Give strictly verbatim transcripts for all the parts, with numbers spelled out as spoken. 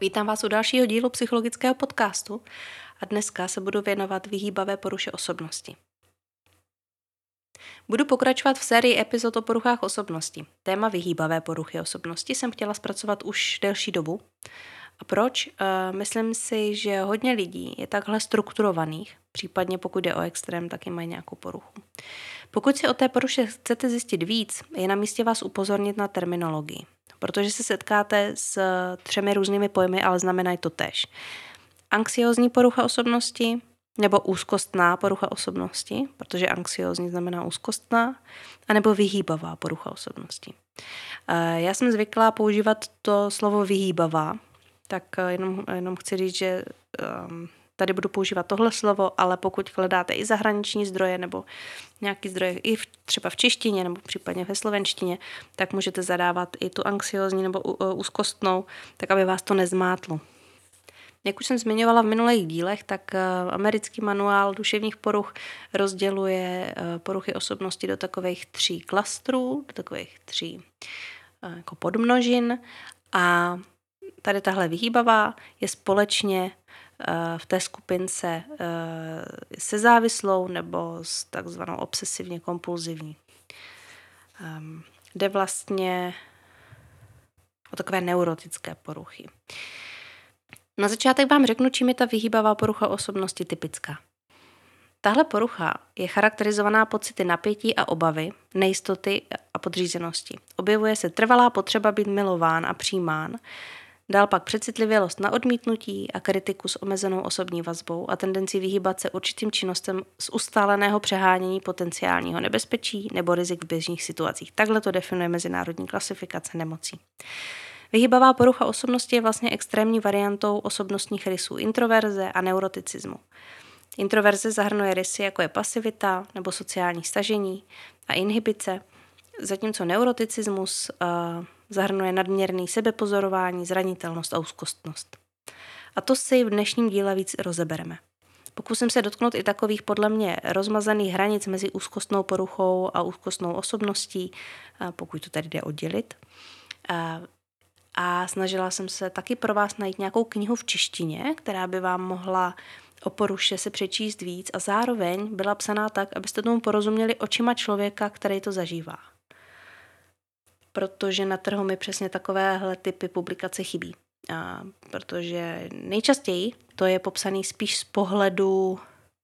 Vítám vás u dalšího dílu psychologického podcastu a dneska se budu věnovat vyhýbavé poruše osobnosti. Budu pokračovat v sérii epizod o poruchách osobnosti. Téma vyhýbavé poruchy osobnosti jsem chtěla zpracovat už delší dobu. A proč? Uh, myslím si, že hodně lidí je takhle strukturovaných, případně pokud jde o extrém, taky mají nějakou poruchu. Pokud si o té poruše chcete zjistit víc, je na místě vás upozornit na terminologii, protože se setkáte s třemi různými pojmy, ale znamenají to též. Anxiózní porucha osobnosti nebo úzkostná porucha osobnosti, protože anxiózní znamená úzkostná, anebo vyhýbavá porucha osobnosti. Uh, já jsem zvyklá používat to slovo vyhýbavá, tak jenom, jenom chci říct, že um, tady budu používat tohle slovo, ale pokud hledáte i zahraniční zdroje nebo nějaký zdroje i v, třeba v češtině nebo případně ve slovenštině, tak můžete zadávat i tu anxiózní nebo úzkostnou, tak aby vás to nezmátlo. Jak už jsem zmiňovala v minulých dílech, tak uh, americký manuál duševních poruch rozděluje uh, poruchy osobnosti do takových tří klastrů, do takových tří uh, jako podmnožin a tady tahle vyhýbavá je společně v té skupince se závislou nebo s takzvanou obsesivně kompulzivní. Jde vlastně o takové neurotické poruchy. Na začátek vám řeknu, čím je ta vyhýbavá porucha osobnosti typická. Tahle porucha je charakterizovaná pocity napětí a obavy, nejistoty a podřízenosti. Objevuje se trvalá potřeba být milován a přijímán, dál pak přecitlivělost na odmítnutí a kritiku s omezenou osobní vazbou a tendenci vyhýbat se určitým činnostem z ustáleného přehánění potenciálního nebezpečí nebo rizik v běžných situacích. Takhle to definuje mezinárodní klasifikace nemocí. Vyhýbavá porucha osobnosti je vlastně extrémní variantou osobnostních rysů introverze a neuroticismu. Introverze zahrnuje rysy, jako je pasivita nebo sociální stažení a inhibice, zatímco neuroticismus uh, zahrnuje nadměrný sebepozorování, zranitelnost a úzkostnost. A to si v dnešním díle víc rozebereme. Pokusím se dotknout i takových podle mě rozmazaných hranic mezi úzkostnou poruchou a úzkostnou osobností, pokud to tady jde oddělit. A snažila jsem se taky pro vás najít nějakou knihu v češtině, která by vám mohla o poruše se přečíst víc a zároveň byla psaná tak, abyste tomu porozuměli očima člověka, který to zažívá. Protože na trhu mi přesně takovéhle typy publikace chybí. A protože nejčastěji to je popsaný spíš z pohledu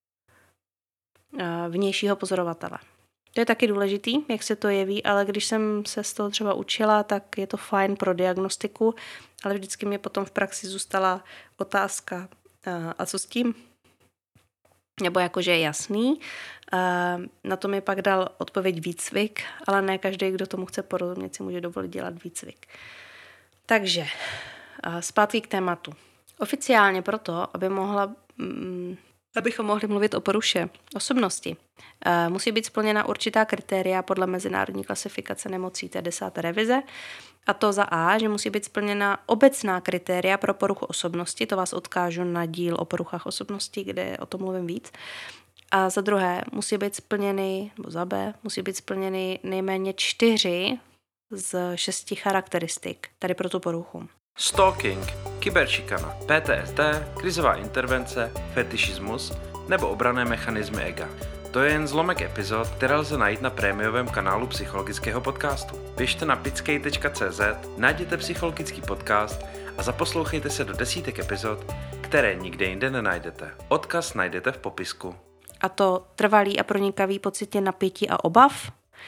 vnějšího pozorovatele. To je taky důležitý, jak se to jeví, ale když jsem se z toho třeba učila, tak je to fajn pro diagnostiku, ale vždycky mě potom v praxi zůstala otázka, a co s tím? Nebo jakože je jasný. Na to mi pak dal odpověď výcvik, ale ne každý, kdo tomu chce porozumět, si může dovolit dělat výcvik. Takže zpátky k tématu. Oficiálně proto, aby mohla, abychom mohli mluvit o poruše osobnosti, musí být splněna určitá kritéria podle mezinárodní klasifikace nemocí, té desáté revize. A to za A, že musí být splněna obecná kritéria pro poruchu osobnosti, to vás odkážu na díl o poruchách osobnosti, kde o tom mluvím víc. A za druhé, musí být splněny, nebo za B, musí být splněny nejméně čtyři z šesti charakteristik tady pro tu poruchu. Stalking, kyberšikana, P T S D, krizová intervence, fetišismus nebo obranné mechanismy ega. To je jen zlomek epizod, které lze najít na prémiovém kanálu psychologického podcastu. Běžte na pickej tečka cé zet, najděte psychologický podcast a zaposlouchejte se do desítek epizod, které nikde jinde nenajdete. Odkaz najdete v popisku. A to trvalý a pronikavý pocitě napětí a obav,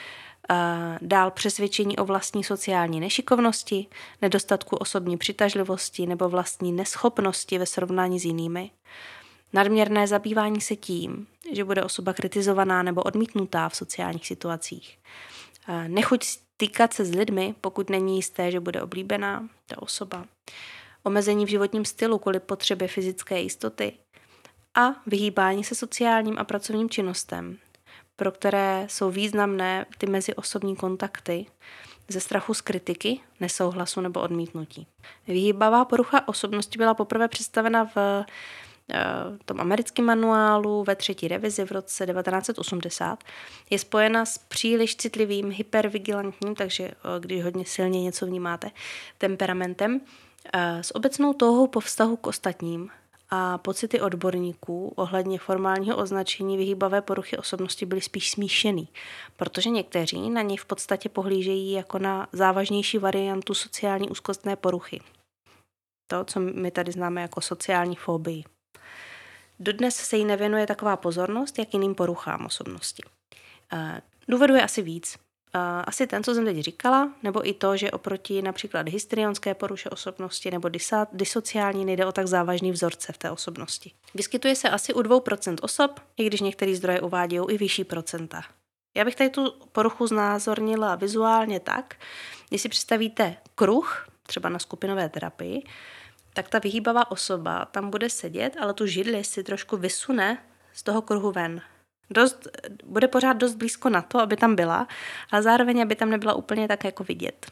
dál přesvědčení o vlastní sociální nešikovnosti, nedostatku osobní přitažlivosti nebo vlastní neschopnosti ve srovnání s jinými, nadměrné zabývání se tím, že bude osoba kritizovaná nebo odmítnutá v sociálních situacích, nechuť stýkat se s lidmi, pokud není jisté, že bude oblíbená ta osoba, omezení v životním stylu kvůli potřebě fyzické jistoty a vyhýbání se sociálním a pracovním činnostem, pro které jsou významné ty meziosobní kontakty ze strachu z kritiky, nesouhlasu nebo odmítnutí. Vyhýbavá porucha osobnosti byla poprvé představena v tom americkém manuálu ve třetí revizi v roce devatenáct set osmdesát. Je spojena s příliš citlivým, hypervigilantním, takže když hodně silně něco vnímáte, temperamentem, S obecnou touhou po vztahu k ostatním a pocity odborníků ohledně formálního označení vyhýbavé poruchy osobnosti byly spíš smíšený, protože někteří na něj v podstatě pohlížejí jako na závažnější variantu sociální úzkostné poruchy. To, co my tady známe jako sociální fobii. Dodnes se jí nevěnuje taková pozornost, jak jiným poruchám osobnosti. Důvodů je asi víc. Asi ten, co jsem teď říkala, nebo i to, že oproti například histrionské poruše osobnosti nebo disa- disociální nejde o tak závažný vzorce v té osobnosti. Vyskytuje se asi u dvou procent osob, i když některé zdroje uvádějí i vyšší procenta. Já bych tady tu poruchu znázornila vizuálně tak, když si představíte kruh, třeba na skupinové terapii, tak ta vyhýbavá osoba tam bude sedět, ale tu židli si trošku vysune z toho kruhu ven. Dost, bude pořád dost blízko na to, aby tam byla, ale zároveň, aby tam nebyla úplně tak jako vidět.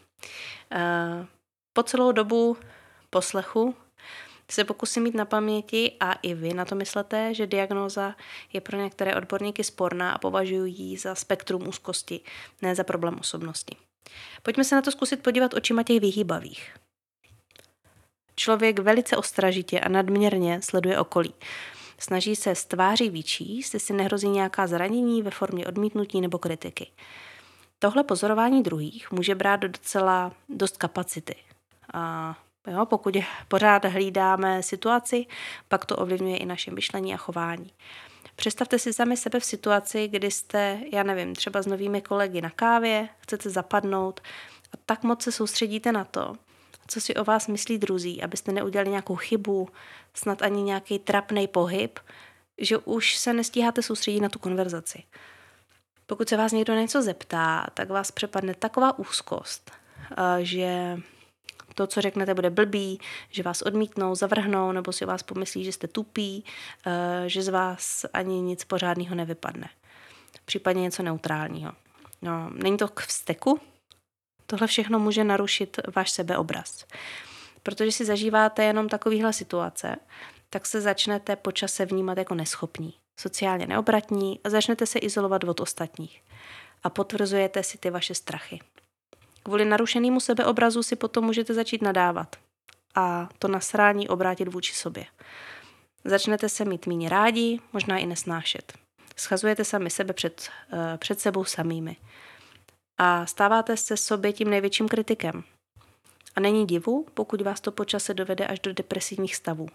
Po celou dobu poslechu se pokusím mít na paměti, a i vy na to myslete, že diagnóza je pro některé odborníky sporná a považují ji za spektrum úzkosti, ne za problém osobnosti. Pojďme se na to zkusit podívat očima těch vyhýbavých. Člověk velice ostražitě a nadměrně sleduje okolí. Snaží se z tváří vyčíst, jestli nehrozí nějaká zranění ve formě odmítnutí nebo kritiky. Tohle pozorování druhých může brát docela dost kapacity. A jo, pokud pořád hlídáme situaci, pak to ovlivňuje i naše myšlení a chování. Představte si sami sebe v situaci, kdy jste, já nevím, třeba s novými kolegy na kávě, chcete zapadnout a tak moc se soustředíte na to, co si o vás myslí druzí, abyste neudělali nějakou chybu, snad ani nějaký trapnej pohyb, že už se nestíháte soustředit na tu konverzaci. Pokud se vás někdo něco zeptá, tak vás přepadne taková úzkost, že to, co řeknete, bude blbý, že vás odmítnou, zavrhnou, nebo si o vás pomyslí, že jste tupí, že z vás ani nic pořádného nevypadne. Případně něco neutrálního. No, není to k vzteku? Tohle všechno může narušit váš sebeobraz. Protože si zažíváte jenom takovýhle situace, tak se začnete po čase vnímat jako neschopní, sociálně neobratní a začnete se izolovat od ostatních. A potvrzujete si ty vaše strachy. Kvůli narušenému sebeobrazu si potom můžete začít nadávat a to nasrání obrátit vůči sobě. Začnete se mít méně rádi, možná i nesnášet. Schazujete sami sebe před, před sebou samými. A stáváte se sobě tím největším kritikem. A není divu, pokud vás to po čase dovede až do depresivních stavů.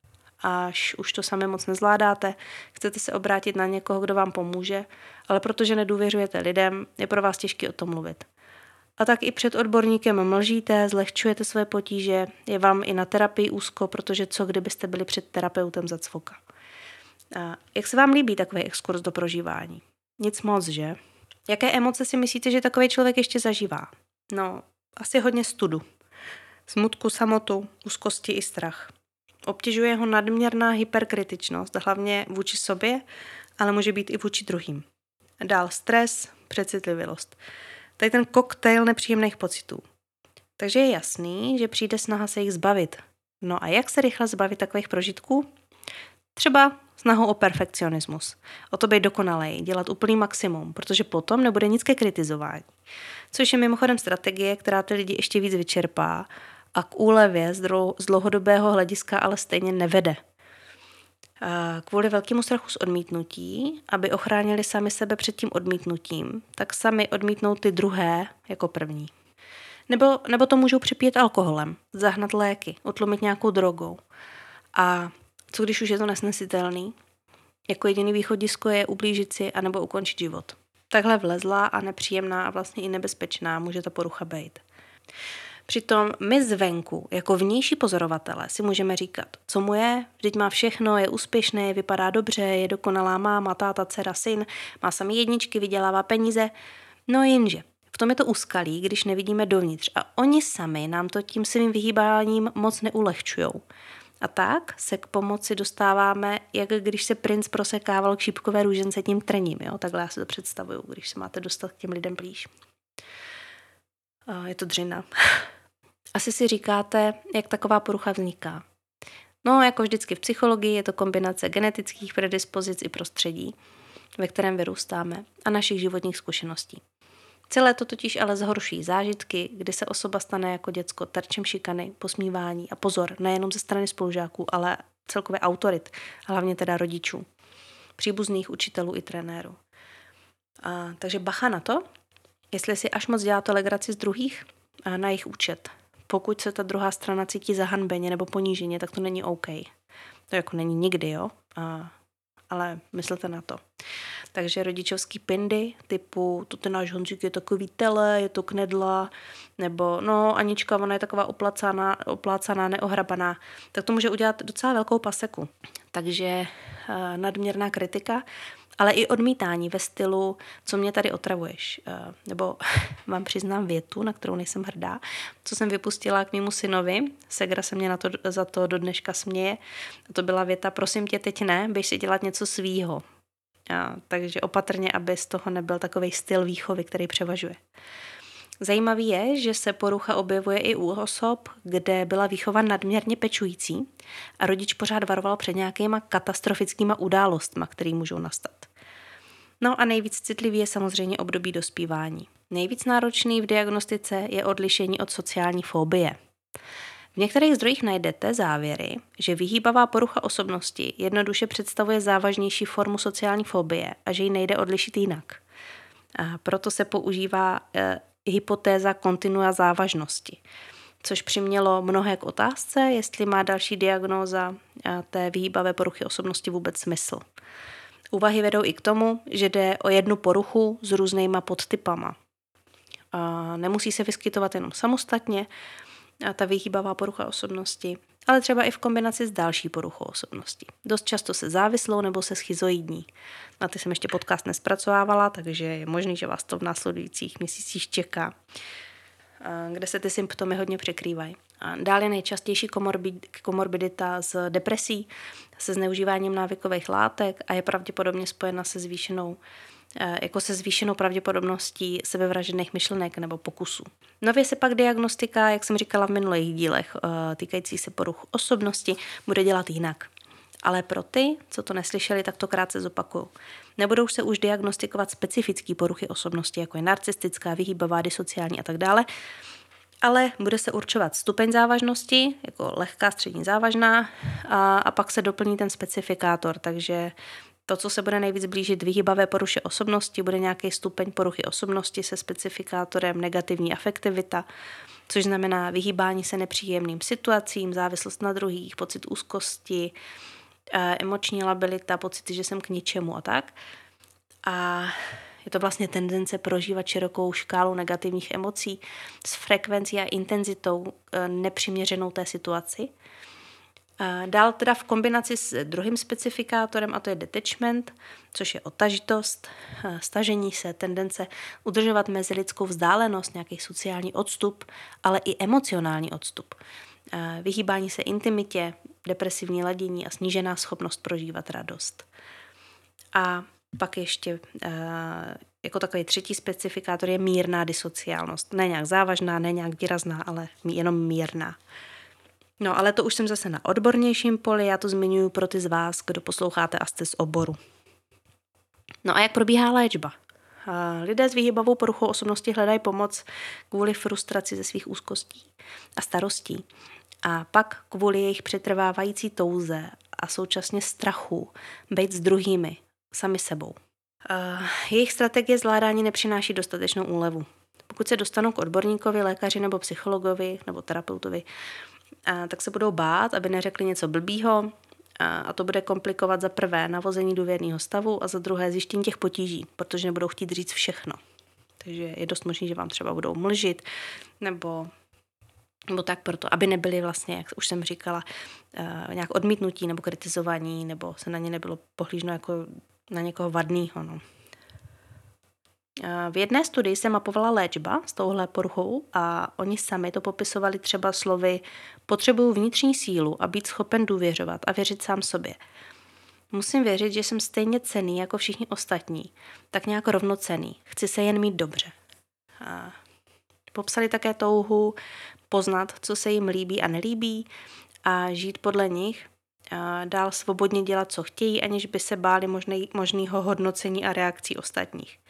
Až už to sami moc nezvládáte, chcete se obrátit na někoho, kdo vám pomůže, ale protože nedůvěřujete lidem, je pro vás těžké o tom mluvit. A tak i před odborníkem mlžíte, zlehčujete své potíže, je vám i na terapii úzko, protože co kdybyste byli před terapeutem za cvoka. A jak se vám líbí takový exkurs do prožívání? Nic moc, že? Jaké emoce si myslíte, že takový člověk ještě zažívá? No, asi hodně studu. Smutku, samotu, úzkosti i strach. Obtěžuje ho nadměrná hyperkritičnost, hlavně vůči sobě, ale může být i vůči druhým. Dál stres, přecitlivělost. Tady ten koktejl nepříjemných pocitů. Takže je jasný, že přijde snaha se jich zbavit. No a jak se rychle zbavit takových prožitků? Třeba snahou o perfekcionismus. O to být dokonalej, dělat úplný maximum, protože potom nebude nic ke kritizování. Což je mimochodem strategie, která ty lidi ještě víc vyčerpá a k úlevě z dlouhodobého hlediska ale stejně nevede. Kvůli velkému strachu z odmítnutí, aby ochránili sami sebe před tím odmítnutím, tak sami odmítnou ty druhé jako první. Nebo, nebo to můžou připít alkoholem, zahnat léky, utlumit nějakou drogou. A co když už je to nesnesitelný? Jako jediný východisko je ublížit si anebo ukončit život. Takhle vlezlá a nepříjemná a vlastně i nebezpečná může ta porucha být. Přitom my zvenku, jako vnější pozorovatele, si můžeme říkat, co mu je, vždyť má všechno, je úspěšný, vypadá dobře, je dokonalá máma, táta, dcera, syn, má samý jedničky, vydělává peníze. No jenže, v tom je to úskalí, když nevidíme dovnitř a oni sami nám to tím svým vyhýbáním moc neulehčujou. A tak se k pomoci dostáváme, jak když se princ prosekával k šípkové růžence tím trním. Jo? Takhle já si to představuju, když se máte dostat k těm lidem blíž. Je to dřina. Asi si říkáte, jak taková porucha vzniká. No, jako vždycky v psychologii je to kombinace genetických predispozic i prostředí, ve kterém vyrůstáme, a našich životních zkušeností. Celé to totiž ale zhorší zážitky, kdy se osoba stane jako děcko terčem šikany, posmívání a pozor, nejenom ze strany spolužáků, ale celkově autorit, hlavně teda rodičů, příbuzných, učitelů i trenérů. A, takže bacha na to, jestli si až moc dělá to legraci z druhých a na jejich účet. Pokud se ta druhá strana cítí zahanbeně nebo poníženě, tak to není OK. To jako není nikdy, jo? A, ale myslete na to. Takže rodičovský pindy typu to ten náš Honzík je takový tele, je to knedla, nebo no Anička, ona je taková oplácaná, oplácaná, neohrabaná, tak to může udělat docela velkou paseku. Takže uh, nadměrná kritika, ale i odmítání ve stylu, co mě tady otravuješ. Uh, nebo vám přiznám větu, na kterou nejsem hrdá, co jsem vypustila k mému synovi. Segra se mě na to, za to do dneška směje. A to byla věta, prosím tě, teď ne, běž si dělat něco svýho. A, takže opatrně, aby z toho nebyl takový styl výchovy, který převažuje. Zajímavý je, že se porucha objevuje i u osob, kde byla výchova nadměrně pečující a rodič pořád varoval před nějakýma katastrofickýma událostma, které můžou nastat. No a nejvíc citlivý je samozřejmě období dospívání. Nejvíc náročný v diagnostice je odlišení od sociální fobie. V některých zdrojích najdete závěry, že vyhýbavá porucha osobnosti jednoduše představuje závažnější formu sociální fobie a že ji nejde odlišit jinak. A proto se používá e, hypotéza kontinua závažnosti, což přimělo mnohé k otázce, jestli má další diagnóza té vyhýbavé poruchy osobnosti vůbec smysl. Úvahy vedou i k tomu, že jde o jednu poruchu s různýma podtypama. A nemusí se vyskytovat jenom samostatně, a ta vyhýbavá porucha osobnosti, ale třeba i v kombinaci s další poruchou osobnosti. Dost často se závislou nebo se schizoidní. Na ty jsem ještě podcast nespracovávala, takže je možný, že vás to v následujících měsících čeká, kde se ty symptomy hodně překrývají. A dále nejčastější komorbidita s depresí, se zneužíváním návykových látek a je pravděpodobně spojena se zvýšenou jako se zvýšenou pravděpodobností sebevražedných myšlenek nebo pokusů. Nově se pak diagnostika, jak jsem říkala v minulých dílech, týkající se poruch osobnosti, bude dělat jinak. Ale pro ty, co to neslyšeli, tak to krátce zopakuju. Nebudou se už diagnostikovat specifické poruchy osobnosti, jako je narcistická, vyhýbavá, disociální a tak dále, ale bude se určovat stupeň závažnosti, jako lehká, střední, závažná, a, a pak se doplní ten specifikátor, takže to, co se bude nejvíc blížit vyhýbavé poruše osobnosti, bude nějaký stupeň poruchy osobnosti se specifikátorem negativní afektivita, což znamená vyhýbání se nepříjemným situacím, závislost na druhých, pocit úzkosti, emoční labilita, pocity, že jsem k ničemu a tak. A je to vlastně tendence prožívat širokou škálu negativních emocí s frekvencí a intenzitou nepřiměřenou té situaci. Dál teda v kombinaci s druhým specifikátorem, a to je detachment, což je odtažitost, stažení se, tendence udržovat mezilidskou vzdálenost, nějaký sociální odstup, ale i emocionální odstup. Vyhýbání se intimitě, depresivní ladění a snížená schopnost prožívat radost. A pak ještě jako takový třetí specifikátor je mírná disociálnost. Ne nějak závažná, ne nějak výrazná, ale jenom mírná. No, ale to už jsem zase na odbornějším poli, já to zmiňuji pro ty z vás, kdo posloucháte a jste z oboru. No a jak probíhá léčba? Lidé s výhybavou poruchou osobnosti hledají pomoc kvůli frustraci ze svých úzkostí a starostí. A pak kvůli jejich přetrvávající touze a současně strachu být s druhými, sami sebou. Jejich strategie zvládání nepřináší dostatečnou úlevu. Pokud se dostanou k odborníkovi, lékaři nebo psychologovi nebo terapeutovi, a tak se budou bát, aby neřekli něco blbýho, a, a to bude komplikovat za prvé navození důvěrného stavu a za druhé zjištění těch potíží, protože nebudou chtít říct všechno. Takže je dost možný, že vám třeba budou mlžit nebo, nebo tak proto, aby nebyli vlastně, jak už jsem říkala, nějak odmítnutí nebo kritizování, nebo se na ně nebylo pohlíženo jako na někoho vadného. No. V jedné studii se mapovala léčba s touhle poruchou a oni sami to popisovali třeba slovy potřebuju vnitřní sílu a být schopen důvěřovat a věřit sám sobě. Musím věřit, že jsem stejně cenný jako všichni ostatní, tak nějak rovnocenný. Chci se jen mít dobře. A popsali také touhu poznat, co se jim líbí a nelíbí a žít podle nich, a dál svobodně dělat, co chtějí, aniž by se báli možný, možného hodnocení a reakcí ostatních.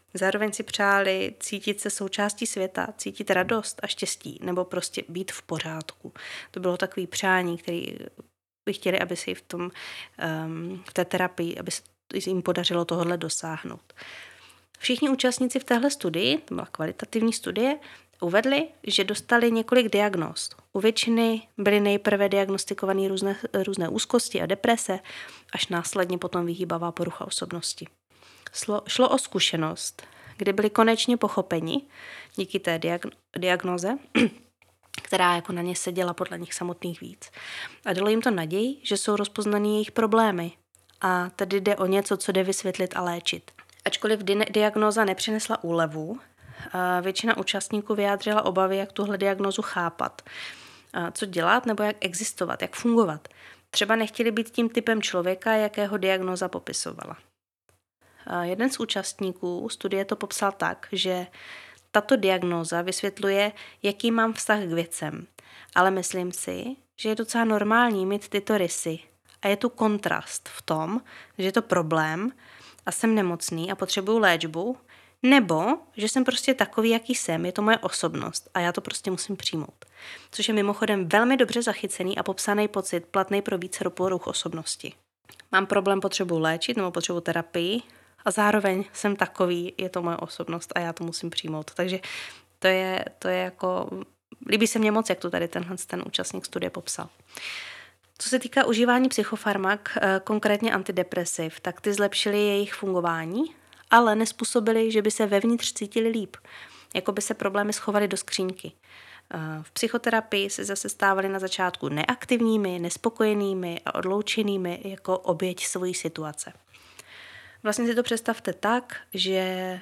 Zároveň si přáli cítit se součástí světa, cítit radost a štěstí, nebo prostě být v pořádku. To bylo takový přání, který by chtěli, aby se v tom, um, v té terapii, aby se jim podařilo tohle dosáhnout. Všichni účastníci v téhle studii, to byla kvalitativní studie, uvedli, že dostali několik diagnóz. U většiny byly nejprve diagnostikované různé, různé úzkosti a deprese, až následně potom vyhýbavá porucha osobnosti. Šlo, šlo o zkušenost, kdy byli konečně pochopeni díky té diagn- diagnoze, která jako na ně seděla podle nich samotných víc. A dalo jim to naději, že jsou rozpoznaný jejich problémy. A tedy jde o něco, co jde vysvětlit a léčit. Ačkoliv di- diagnóza nepřinesla úlevu, většina účastníků vyjádřila obavy, jak tuhle diagnózu chápat, co dělat nebo jak existovat, jak fungovat. Třeba nechtěli být tím typem člověka, jakého diagnóza popisovala. Jeden z účastníků studie to popsal tak, že tato diagnóza vysvětluje, jaký mám vztah k věcem, ale myslím si, že je docela normální mít tyto rysy. A je tu kontrast v tom, že je to problém a jsem nemocný a potřebuju léčbu, nebo že jsem prostě takový, jaký jsem, je to moje osobnost a já to prostě musím přijmout. Což je mimochodem velmi dobře zachycený a popsaný pocit platný pro vícero poruch osobnosti. Mám problém, potřebuji léčit nebo potřebuji terapii a zároveň jsem takový, je to moje osobnost a já to musím přijmout. Takže to je, to je jako, líbí se mně moc, jak to tady tenhle ten účastník studie popsal. Co se týká užívání psychofarmak, konkrétně antidepresiv, tak ty zlepšily jejich fungování, ale nespůsobily, že by se vevnitř cítili líp, jako by se problémy schovaly do skříňky. V psychoterapii se zase stávaly na začátku neaktivními, nespokojenými a odloučenými jako oběť svojí situace. Vlastně si to představte tak, že,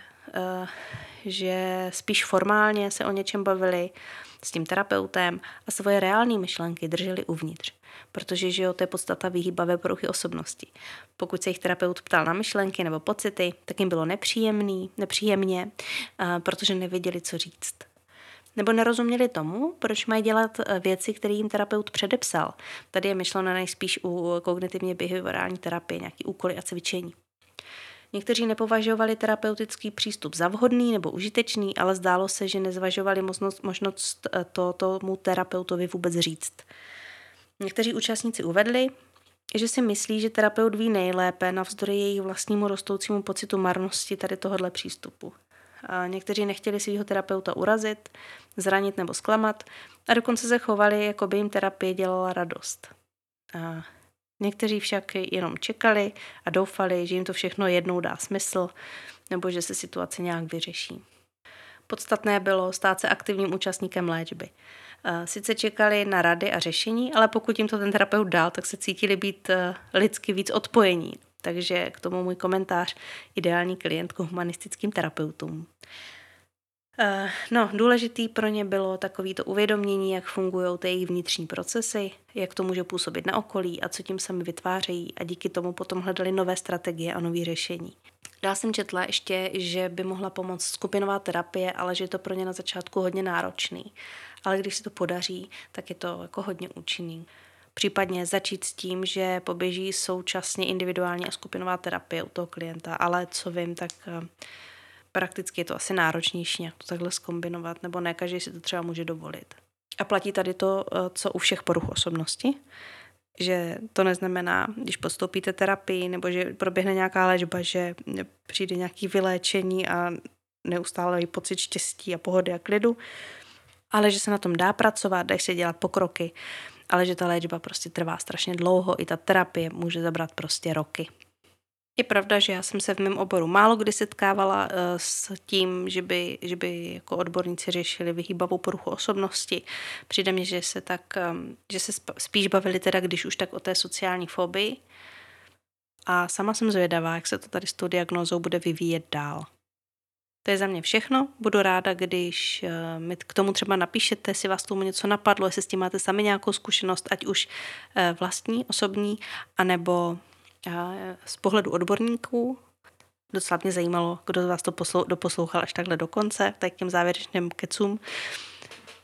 že spíš formálně se o něčem bavili s tím terapeutem a svoje reální myšlenky drželi uvnitř. Protože že jo, to je podstata vyhýbavé poruchy osobnosti. Pokud se jich terapeut ptal na myšlenky nebo pocity, tak jim bylo nepříjemný, nepříjemně, protože nevěděli, co říct. Nebo nerozuměli tomu, proč mají dělat věci, které jim terapeut předepsal. Tady je myšleno nejspíš u kognitivně behaviorální terapie, nějaký úkoly a cvičení. Někteří nepovažovali terapeutický přístup za vhodný nebo užitečný, ale zdálo se, že nezvažovali možnost, možnost to tomu terapeutovi vůbec říct. Někteří účastníci uvedli, že si myslí, že terapeut ví nejlépe navzdory jejich vlastnímu rostoucímu pocitu marnosti tady tohohle přístupu. A někteří nechtěli svého terapeuta urazit, zranit nebo zklamat a dokonce se chovali, jako by jim terapie dělala radost. A někteří však jenom čekali a doufali, že jim to všechno jednou dá smysl nebo že se situace nějak vyřeší. Podstatné bylo stát se aktivním účastníkem léčby. Sice čekali na rady a řešení, ale pokud jim to ten terapeut dal, tak se cítili být lidsky víc odpojení. Takže k tomu můj komentář: ideální klient k humanistickým terapeutům. No, důležitý pro ně bylo takovýto uvědomění, jak fungují ty jejich vnitřní procesy, jak to může působit na okolí a co tím sami vytvářejí a díky tomu potom hledali nové strategie a nové řešení. Dál jsem četla ještě, že by mohla pomoct skupinová terapie, ale že je to pro ně na začátku hodně náročný. Ale když se to podaří, tak je to jako hodně účinný. Případně začít s tím, že poběží současně individuální a skupinová terapie u toho klienta, ale co vím, tak prakticky je to asi náročnější nějak to takhle zkombinovat, nebo ne každý si to třeba může dovolit. A platí tady to, co u všech poruch osobnosti, že to neznamená, když podstoupíte terapii nebo že proběhne nějaká léčba, že přijde nějaké vyléčení a neustále pocit štěstí a pohody a klidu, ale že se na tom dá pracovat, dají se dělat pokroky, ale že ta léčba prostě trvá strašně dlouho, i ta terapie může zabrat prostě roky. Je pravda, že já jsem se v mém oboru málo kdy setkávala s tím, že by, že by jako odborníci řešili vyhýbavou poruchu osobnosti. Přijde mně, že se, tak, že se spíš bavili teda, když už tak o té sociální fobii. A sama jsem zvědavá, jak se to tady s tou diagnózou bude vyvíjet dál. To je za mě všechno. Budu ráda, když mi k tomu třeba napíšete, jestli vás tomu něco napadlo, jestli s tím máte sami nějakou zkušenost, ať už vlastní, osobní, anebo z pohledu odborníků. Docela mě zajímalo, kdo z vás to poslou, doposlouchal až takhle do konce, tak k těm závěrečným kecům.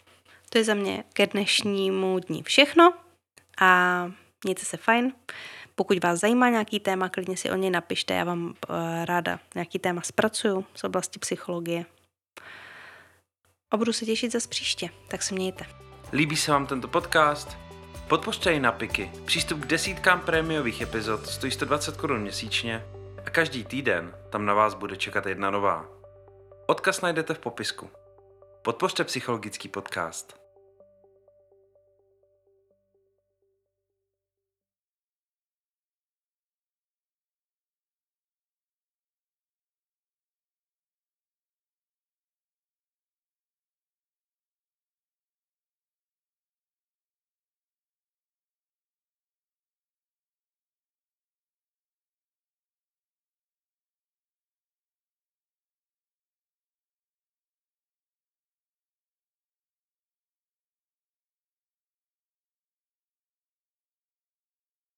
To je za mě ke dnešnímu dní všechno a mějte se fajn. Pokud vás zajímá nějaký téma, klidně si o něj napište, já vám uh, ráda nějaký téma zpracuju z oblasti psychologie. A budu se těšit zas příště, tak se mějte. Líbí se vám tento podcast? Podpořte jej na Piky. Přístup k desítkám prémiových epizod stojí sto dvacet korun měsíčně a každý týden tam na vás bude čekat jedna nová. Odkaz najdete v popisku. Podpořte psychologický podcast.